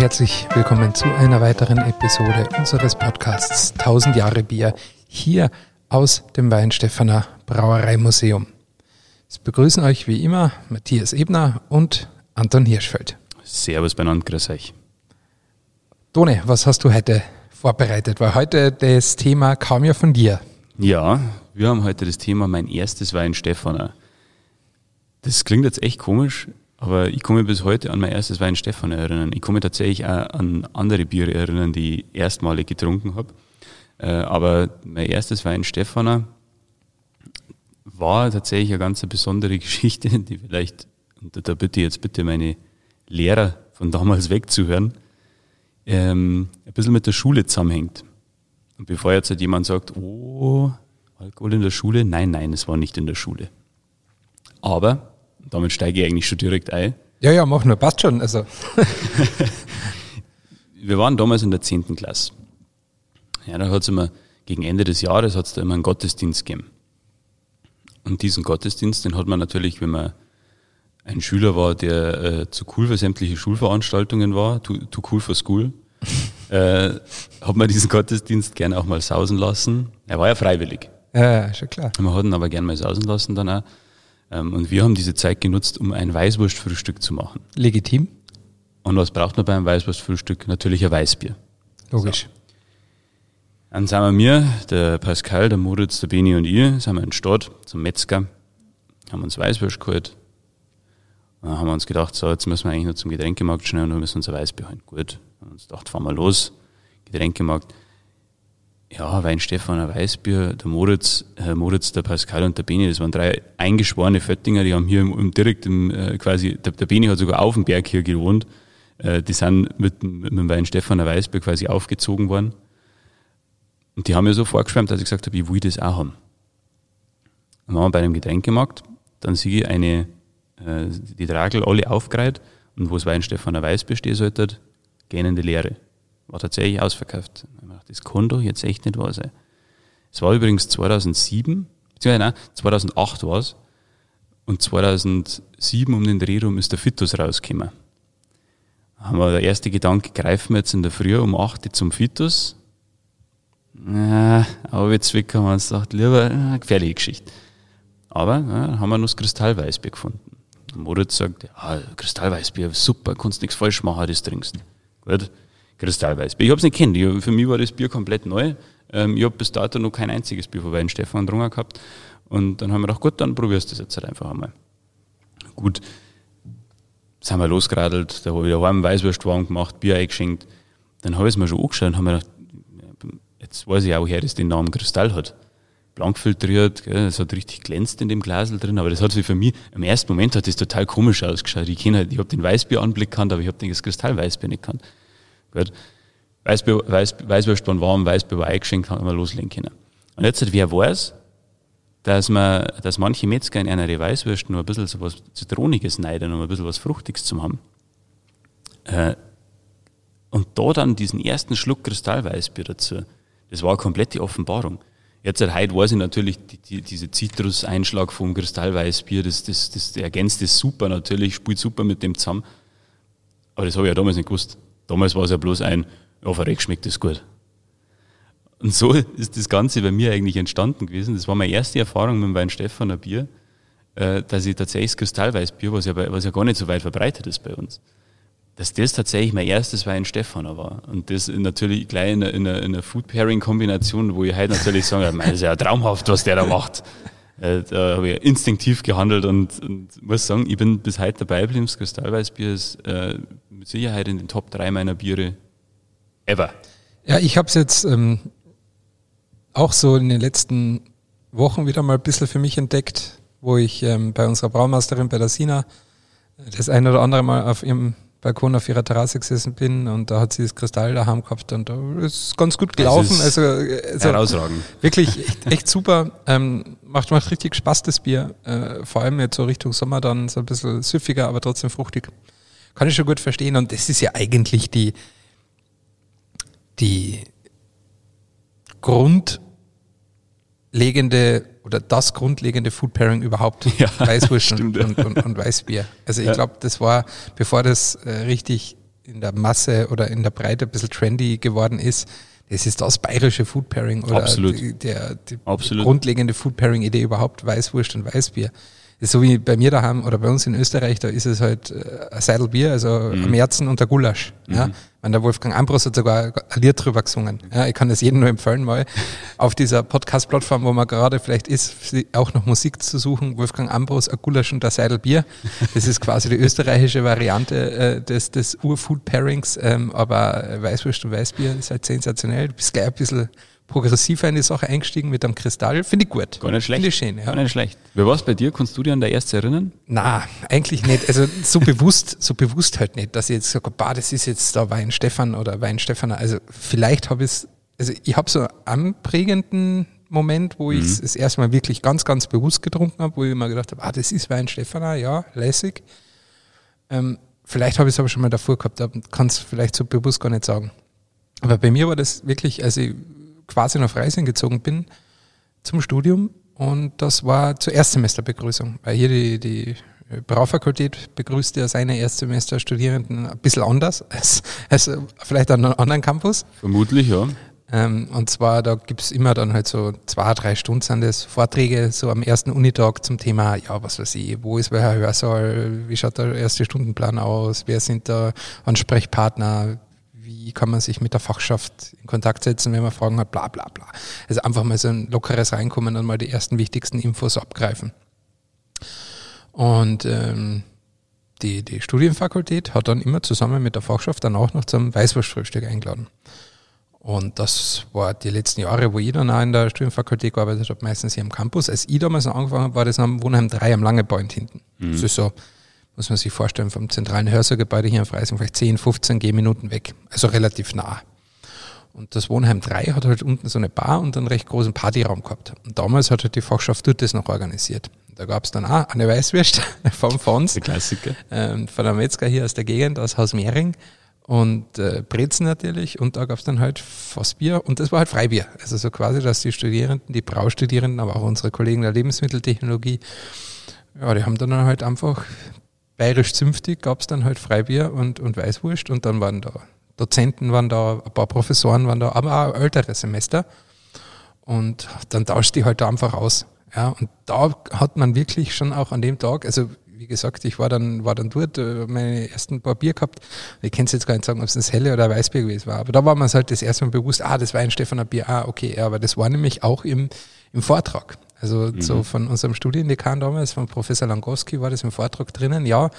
herzlich willkommen zu einer weiteren Episode unseres Podcasts 1000 Jahre Bier hier aus dem Weihenstephaner Brauereimuseum. Es begrüßen euch wie immer Matthias Ebner und Anton Hirschfeld. Servus beieinander, grüß euch. Tone, was hast du heute vorbereitet? Weil heute das Thema kam ja von dir. Ja, wir haben heute das Thema mein erstes Weihenstephaner. Das klingt jetzt echt komisch, aber ich kann mich bis heute an mein erstes Weihenstephaner erinnern. Ich kann mich tatsächlich auch an andere Biere erinnern, die ich erstmalig getrunken habe. Aber mein erstes Weihenstephaner war tatsächlich eine ganz besondere Geschichte, die vielleicht, und da bitte jetzt bitte meine Lehrer von damals wegzuhören, ein bisschen mit der Schule zusammenhängt. Und bevor jetzt halt jemand sagt, oh, Alkohol in der Schule, nein, es war nicht in der Schule. Aber, damit steige ich eigentlich schon direkt ein. Ja, mach nur, passt schon. Also. Wir waren damals in der 10. Klasse. Ja, da hat es immer, gegen Ende des Jahres hat es da immer einen Gottesdienst gegeben. Und diesen Gottesdienst, den hat man natürlich, wenn man ein Schüler war, der zu cool für sämtliche Schulveranstaltungen war, too cool for school, hat man diesen Gottesdienst gerne auch mal sausen lassen. Er war ja freiwillig. Ja, schon klar. Wir hat ihn aber gerne mal sausen lassen dann auch. Und wir haben diese Zeit genutzt, um ein Weißwurstfrühstück zu machen. Legitim. Und was braucht man beim Weißwurstfrühstück? Natürlich ein Weißbier. Logisch. So. Dann sind wir, der Pascal, der Moritz, der Beni und ich, sind wir in die Stadt zum Metzger, haben uns Weißwurst geholt. Und dann haben wir uns gedacht, so, jetzt müssen wir eigentlich noch zum Getränkemarkt schnell und dann müssen wir uns ein Weißbier holen. Gut, haben uns gedacht, fahren wir los, Getränkemarkt. Ja, Weihenstephaner, Weißbier, der Moritz, der Pascal und der Beni, das waren 3 eingeschworene Föttinger, die haben hier quasi, der Beni hat sogar auf dem Berg hier gewohnt, die sind mit dem Weihenstephaner Weißbier quasi aufgezogen worden. Und die haben mir so vorgeschwärmt, dass ich gesagt habe, ich will das auch haben. Und dann waren wir bei dem Getränkemarkt, dann sehe ich die Tragel alle aufgereiht und wo das Weihenstephaner Weißbier stehen sollte, gähnende Leere. War tatsächlich ausverkauft. Ich dachte, das kann doch jetzt echt nicht wahr sein. Es war übrigens 2007, beziehungsweise nein, 2008 war es. Und 2007 um den Dreh rum ist der Fitus rausgekommen. Da haben wir der erste Gedanke, greifen wir jetzt in der Früh um 8 Uhr zum Fitus. Aber jetzt haben wir uns gedacht, lieber gefährliche Geschichte. Aber haben wir noch das Kristallweißbier gefunden. Und Moritz sagt, ja, Kristallweißbier, super, kannst nichts falsch machen, das trinkst. Gut, Kristallweißbier. Ich habe es nicht kennt, für mich war das Bier komplett neu. Ich habe bis dato noch kein einziges Bier von Weihenstephaner getrunken gehabt. Und dann haben wir gedacht, gut, dann probierst du das jetzt halt einfach einmal. Gut, sind wir losgeradelt, da habe ich daheim einen Weißwurstwagen gemacht, Bier eingeschenkt. Dann habe ich es mir schon angeschaut und habe mir gedacht, jetzt weiß ich auch, woher das den Namen Kristall hat. Blank filtriert, es hat richtig glänzt in dem Glasel drin, aber das hat sich für mich, im ersten Moment hat das total komisch ausgeschaut. Ich habe den Weißbieranblick gekannt, aber ich habe das Kristallweißbier nicht gekannt. Gut. Weißwurst waren warm, Weißbier war eingeschenkt, haben wir loslegen können. Und jetzt, wer weiß, dass manche Metzger in einer Weißwurst noch ein bisschen so was Zitroniges neiden, um ein bisschen was Fruchtiges zu haben. Und da dann diesen ersten Schluck Kristallweißbier dazu, das war eine komplette Offenbarung. Jetzt heute weiß ich natürlich, diese Zitruseinschlag vom Kristallweißbier, das ergänzt das super natürlich, spielt super mit dem zusammen. Aber das habe ich ja damals nicht gewusst. Damals war es ja bloß verreckt schmeckt das gut. Und so ist das Ganze bei mir eigentlich entstanden gewesen. Das war meine erste Erfahrung mit dem Weihenstephaner Bier, dass ich tatsächlich das Kristallweißbier, was ja gar nicht so weit verbreitet ist bei uns, dass das tatsächlich mein erstes Weihenstephaner war. Und das natürlich gleich in einer Food-Pairing-Kombination, wo ich heute natürlich sage, das ist ja traumhaft, was der da macht. Da habe ich instinktiv gehandelt und muss sagen, ich bin bis heute dabei geblieben. Das Kristallweißbier ist mit Sicherheit in den Top 3 meiner Biere ever. Ja, ich habe es jetzt auch so in den letzten Wochen wieder mal ein bisschen für mich entdeckt, wo ich bei unserer Braumeisterin, bei der Sina, das ein oder andere Mal auf ihrem Balkon auf ihrer Terrasse gesessen bin und da hat sie das Kristall daheim gehabt und da ist ganz gut gelaufen. Also herausragend. Wirklich echt super. Macht richtig Spaß, das Bier. Vor allem jetzt so Richtung Sommer dann so ein bisschen süffiger, aber trotzdem fruchtig. Kann ich schon gut verstehen und das ist ja eigentlich die grundlegende oder das grundlegende Food Pairing überhaupt. Ja, Weißwurst und Weißbier. Also ich glaube, das war, bevor das richtig in der Masse oder in der Breite ein bisschen trendy geworden ist, das ist das bayerische Food Pairing oder die grundlegende Food Pairing-Idee überhaupt, Weißwurst und Weißbier. Das ist so wie bei mir daheim oder bei uns in Österreich, da ist es halt ein Seidelbier, also ein Märzen und ein Gulasch. Ja. Wenn der Wolfgang Ambros hat sogar ein Lied drüber gesungen. Ja, ich kann das jedem nur empfehlen, mal auf dieser Podcast-Plattform, wo man gerade vielleicht ist, auch noch Musik zu suchen. Wolfgang Ambros, ein Gulasch und ein Seidelbier. Das ist quasi die österreichische Variante des Ur-Food-Pairings, aber Weißwurst und Weißbier ist halt sensationell. Du bist gleich ein bisschen progressiver in die Sache eingestiegen mit einem Kristall. Finde ich gut. Gar nicht schlecht. Finde ich schön, ja. Gar nicht schlecht. Wer war es bei dir? Kannst du dich an der erste erinnern? Na, eigentlich nicht. Also so bewusst halt nicht, dass ich jetzt sage, das ist jetzt da Weinstefan oder Weinstefaner. Also vielleicht habe ich es, also ich habe so einen prägenden Moment, wo ich es das erste Mal wirklich ganz, ganz bewusst getrunken habe, wo ich mir gedacht habe, das ist Weinstefaner, ja, lässig. Vielleicht habe ich es aber schon mal davor gehabt, aber kann es vielleicht so bewusst gar nicht sagen. Aber bei mir war das wirklich, als ich quasi nach Freising gezogen bin zum Studium, und das war zur Erstsemesterbegrüßung, weil hier die Braufakultät begrüßt ja seine Erstsemesterstudierenden ein bisschen anders als vielleicht an einem anderen Campus. Vermutlich, ja. Und zwar, da gibt's immer dann halt so 2-3 Stunden sind das Vorträge so am ersten Unitag zum Thema, ja, was weiß ich, wo ist welcher Hörsaal, wie schaut der erste Stundenplan aus, wer sind da Ansprechpartner, wie kann man sich mit der Fachschaft in Kontakt setzen, wenn man Fragen hat, bla bla bla. Also einfach mal so ein lockeres Reinkommen und mal die ersten wichtigsten Infos abgreifen. Und die Studienfakultät hat dann immer zusammen mit der Fachschaft dann auch noch zum Weißwurstfrühstück eingeladen. Und das war die letzten Jahre, wo ich dann auch in der Studienfakultät gearbeitet habe, meistens hier am Campus. Als ich damals noch angefangen habe, war das am Wohnheim 3 am Langepoint hinten. Das ist so, muss man sich vorstellen, vom zentralen Hörsaalgebäude hier in Freising vielleicht 10, 15 Gehminuten weg. Also relativ nah. Und das Wohnheim 3 hat halt unten so eine Bar und einen recht großen Partyraum gehabt. Und damals hat halt die Fachschaft dort das noch organisiert. Da gab es dann auch eine Weißwurst vom Fons. Der Klassiker. Von der Metzger hier aus der Gegend, aus Haus Mehring. Und Brezen natürlich. Und da gab es dann halt Fassbier. Und das war halt Freibier. Also so quasi, dass die Studierenden, die Braustudierenden, aber auch unsere Kollegen der Lebensmitteltechnologie, ja, die haben dann halt einfach bayerisch zünftig, gab es dann halt Freibier und Weißwurst. Und dann waren da Dozenten, waren da, ein paar Professoren waren da, aber auch ältere Semester. Und dann tauscht die halt da einfach aus. Ja, und da hat man wirklich schon auch an dem Tag, also wie gesagt, ich war dann dort, meine ersten paar Bier gehabt. Ich kann es jetzt gar nicht sagen, ob es das helle oder Weißbier gewesen war. Aber da war man halt das erste Mal bewusst, das war ein Stefaner Bier, okay, ja, aber das war nämlich auch im Vortrag. Also so von unserem Studiendekan damals, von Professor Langowski, war das im Vortrag drinnen, ja,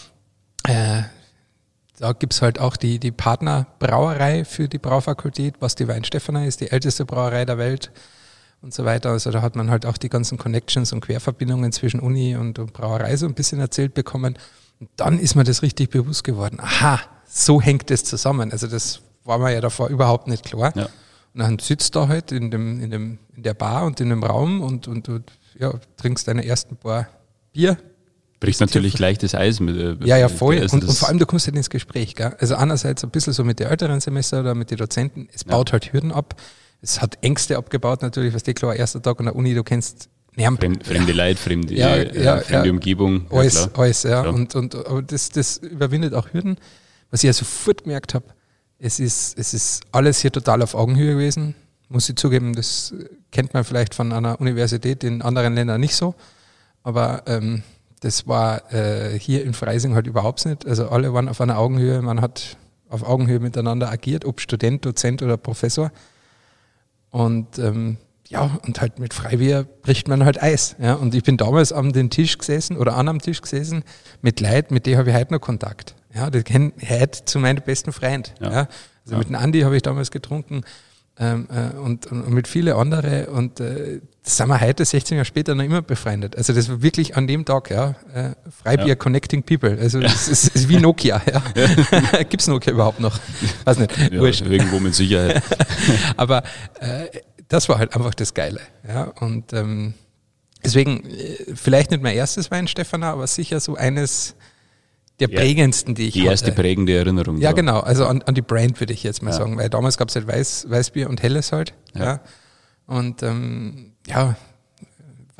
da gibt's halt auch die Partnerbrauerei für die Braufakultät, was die Weinstefaner ist, die älteste Brauerei der Welt und so weiter. Also da hat man halt auch die ganzen Connections und Querverbindungen zwischen Uni und Brauerei so ein bisschen erzählt bekommen. Und dann ist mir das richtig bewusst geworden. Aha, so hängt das zusammen. Also das war mir ja davor überhaupt nicht klar. Ja. Und dann sitzt da halt in der Bar und in dem Raum und ja, trinkst deine ersten paar Bier. Bricht natürlich gleich das Eis mit. Ja, voll. Und vor allem, du kommst halt ins Gespräch. Gell? Also einerseits ein bisschen so mit den älteren Semester oder mit den Dozenten. Es baut halt Hürden ab. Es hat Ängste abgebaut natürlich, was klar, erster Tag an der Uni, du kennst fremde Leute, fremde Umgebung. Alles, ja. Aber das überwindet auch Hürden. Was ich ja sofort gemerkt habe, es ist alles hier total auf Augenhöhe gewesen. Muss ich zugeben, das kennt man vielleicht von einer Universität in anderen Ländern nicht so. Aber das war hier in Freising halt überhaupt nicht. Also alle waren auf einer Augenhöhe, man hat auf Augenhöhe miteinander agiert, ob Student, Dozent oder Professor. Und und halt mit Freibier bricht man halt Eis. Ja? Und ich bin damals an dem Tisch gesessen oder an einem Tisch gesessen mit Leuten, mit denen habe ich heute noch Kontakt. Ja, die kennen heute zu meinem besten Freund. Ja. Also mit dem Andi habe ich damals getrunken und mit vielen anderen und das sind wir heute, 16 Jahre später, noch immer befreundet. Also das war wirklich an dem Tag, Freibier Connecting People. Also es ist wie Nokia. Ja. Gibt es Nokia überhaupt noch? Weiß nicht. Ja, irgendwo mit Sicherheit. Aber das war halt einfach das Geile. Ja. Und deswegen vielleicht nicht mein erstes Weinstefaner, aber sicher so eines der prägendsten, die ich hatte. Die erste prägende Erinnerung. Ja, genau. Also an die Brand würde ich jetzt mal sagen, weil damals gab es halt Weißbier und Helles halt. Ja. Und was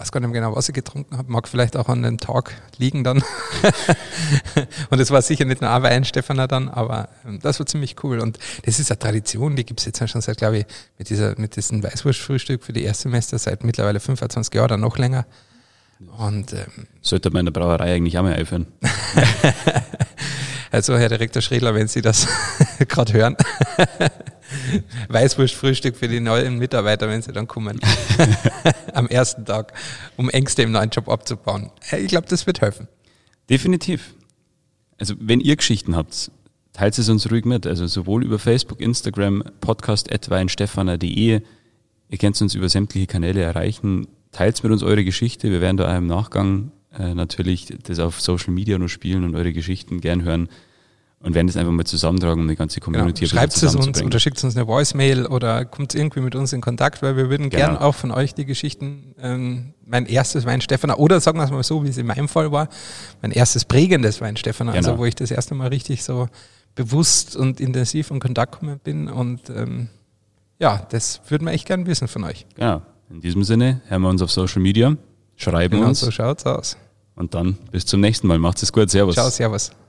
weiß gar nicht mehr genau, was ich getrunken habe, mag vielleicht auch an dem Tag liegen dann. Und es war sicher nicht nur ein Weinstephaner dann, aber das war ziemlich cool. Und das ist eine Tradition, die gibt es jetzt schon seit, glaube ich, mit diesem Weißwurstfrühstück für die Erstsemester seit mittlerweile 25 Jahren oder noch länger. Und sollte man in der Brauerei eigentlich auch mal einführen. Also Herr Direktor Schredler, wenn Sie das gerade hören, Weißwurstfrühstück für die neuen Mitarbeiter, wenn sie dann kommen, am ersten Tag, um Ängste im neuen Job abzubauen. Ich glaube, das wird helfen. Definitiv. Also wenn ihr Geschichten habt, teilt es uns ruhig mit. Also sowohl über Facebook, Instagram, podcast@weinstephaner.de. Ihr könnt uns über sämtliche Kanäle erreichen. Teilt mit uns eure Geschichte. Wir werden da auch im Nachgang natürlich das auf Social Media noch spielen und eure Geschichten gern hören. Und werden das einfach mal zusammentragen, um die ganze Community schreibt es uns oder schickt uns eine Voicemail oder kommt irgendwie mit uns in Kontakt, weil wir würden gern auch von euch die Geschichten, mein erstes Weinstephaner, oder sagen wir es mal so, wie es in meinem Fall war, mein erstes prägendes Weinstephaner, also wo ich das erste Mal richtig so bewusst und intensiv in Kontakt gekommen bin und das würden wir echt gern wissen von euch. Genau, in diesem Sinne hören wir uns auf Social Media, schreiben uns. So schaut's aus. Und dann bis zum nächsten Mal. Macht's es gut, servus. Ciao, servus.